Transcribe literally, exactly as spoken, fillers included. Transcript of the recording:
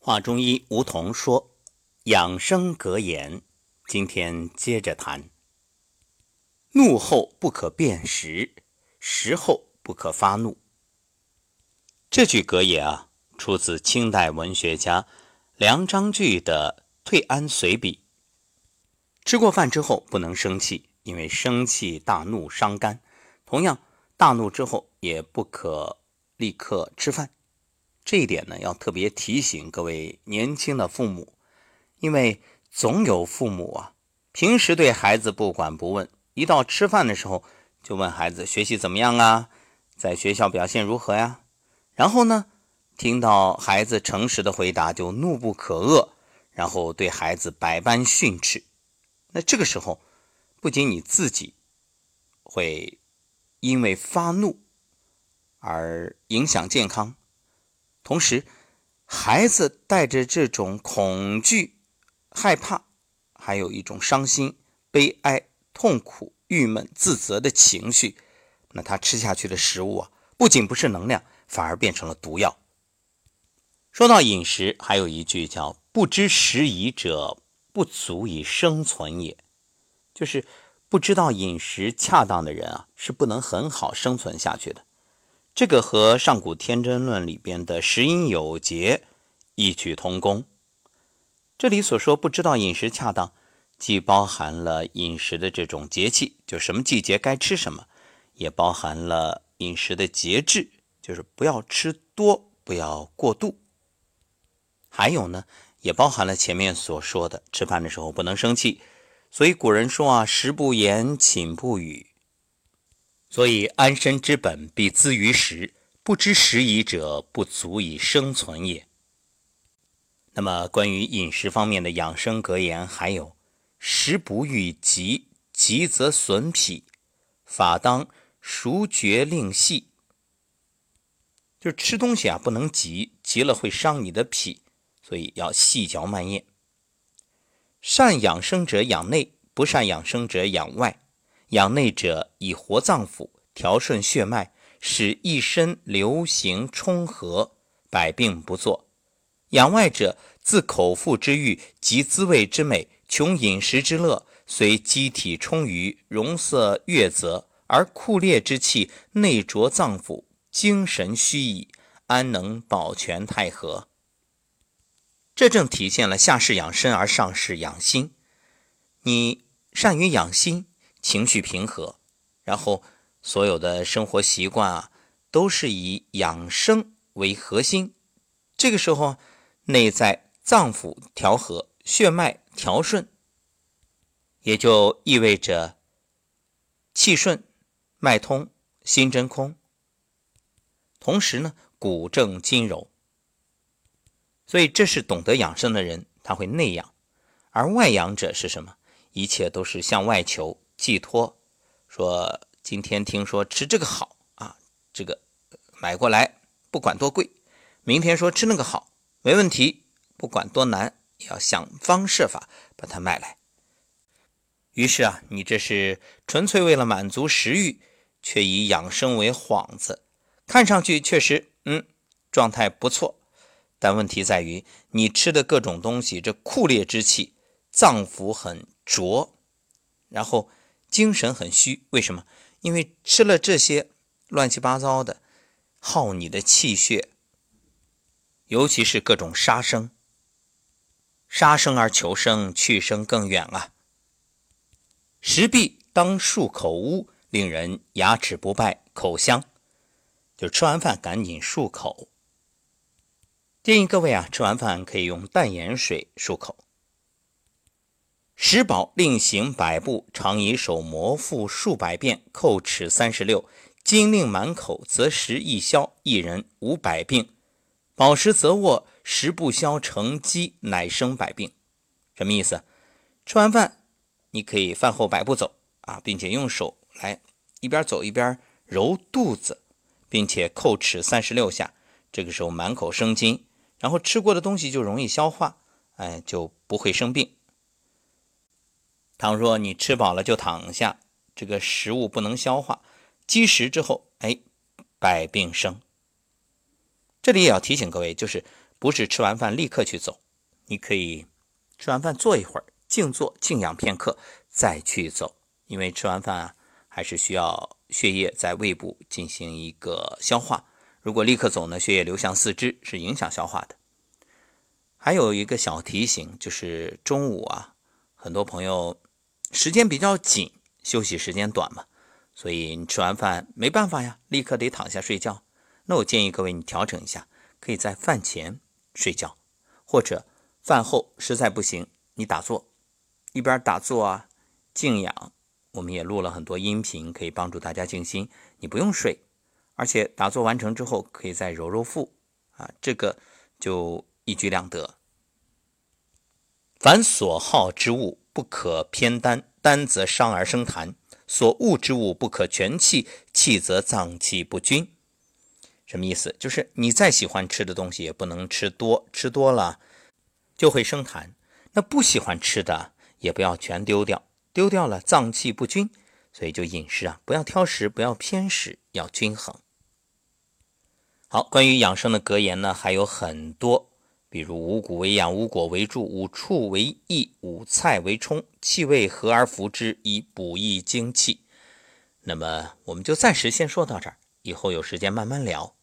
华中医吴桐说，养生格言，今天接着谈。怒后不可辨时，时后不可发怒。这句格言啊，出自清代文学家梁章钜的《退安随笔》。吃过饭之后不能生气，因为生气大怒伤肝。同样，大怒之后也不可立刻吃饭。这一点呢，要特别提醒各位年轻的父母，因为总有父母啊，平时对孩子不管不问，一到吃饭的时候就问孩子学习怎么样啊，在学校表现如何呀？然后呢，听到孩子诚实的回答就怒不可遏，然后对孩子百般训斥。那这个时候，不仅你自己会因为发怒而影响健康，同时孩子带着这种恐惧、害怕，还有一种伤心、悲哀、痛苦、郁闷、自责的情绪，那他吃下去的食物啊，不仅不是能量，反而变成了毒药。说到饮食，还有一句叫不知时宜者，不足以生存也。就是不知道饮食恰当的人啊，是不能很好生存下去的。这个和上古天真论里边的食饮有节异曲同工。这里所说不知道饮食恰当，既包含了饮食的这种节气，就什么季节该吃什么，也包含了饮食的节制，就是不要吃多，不要过度。还有呢，也包含了前面所说的吃饭的时候不能生气。所以古人说啊，食不言，寝不语。所以安身之本必资于食，不知时宜者，不足以生存也。那么关于饮食方面的养生格言还有：食不欲急，急则损脾，法当熟觉令细。就是吃东西啊，不能急，急了会伤你的脾，所以要细嚼慢咽。善养生者养内，不善养生者养外。养内者以活脏腑，调顺血脉，使一身流行充和，百病不作。养外者自口腹之欲及滋味之美，穷饮食之乐，虽机体充余，容色悦泽，而库列之气内着脏腑，精神虚矣，安能保全太和？这正体现了下士养身而上士养心。你善于养心，情绪平和，然后所有的生活习惯啊，都是以养生为核心。这个时候，内在脏腑调和，血脉调顺，也就意味着气顺、脉通、心真空。同时呢，骨正筋柔。所以这是懂得养生的人，他会内养。而外养者是什么？一切都是向外求，寄托。说今天听说吃这个好啊，这个买过来不管多贵。明天说吃那个好，没问题，不管多难，也要想方设法把它买来。于是啊，你这是纯粹为了满足食欲，却以养生为幌子，看上去确实嗯状态不错，但问题在于你吃的各种东西，这库列之气，脏腑很浊，然后精神很虚。为什么？因为吃了这些乱七八糟的，耗你的气血，尤其是各种杀生。杀生而求生，去生更远啊。食毕当漱口污，令人牙齿不败，口香。就吃完饭赶紧漱口。建议各位啊，吃完饭可以用淡盐水漱口。食饱令行百步，常以手磨腹数百遍，叩齿三十六。津令满口，则食易消，一人无百病。饱食则卧，食不消，成积，乃生百病。什么意思？吃完饭你可以饭后百步走啊，并且用手来一边走一边揉肚子，并且叩齿三十六下。这个时候满口生津，然后吃过的东西就容易消化，哎，就不会生病。倘若你吃饱了就躺下，这个食物不能消化，积食之后，哎，百病生。这里也要提醒各位，就是不是吃完饭立刻去走，你可以吃完饭坐一会儿，静坐静养片刻再去走，因为吃完饭啊还是需要血液在胃部进行一个消化，如果立刻走呢，血液流向四肢是影响消化的。还有一个小提醒，就是中午啊，很多朋友时间比较紧，休息时间短嘛，所以你吃完饭没办法呀，立刻得躺下睡觉。那我建议各位你调整一下，可以在饭前睡觉，或者饭后实在不行，你打坐，一边打坐啊，静养。我们也录了很多音频，可以帮助大家静心，你不用睡，而且打坐完成之后可以再揉揉腹啊，这个就一举两得。凡所好之物不可偏耽，耽则伤而生痰；所恶之物不可全弃，弃则脏气不均。什么意思？就是你再喜欢吃的东西也不能吃多，吃多了就会生痰。那不喜欢吃的也不要全丢掉，丢掉了脏气不均。所以就饮食啊，不要挑食，不要偏食，要均衡。好，关于养生的格言呢还有很多，比如五谷为养，五果为助，五畜为益，五菜为充，气味和而服之，以补益精气。那么我们就暂时先说到这儿，以后有时间慢慢聊。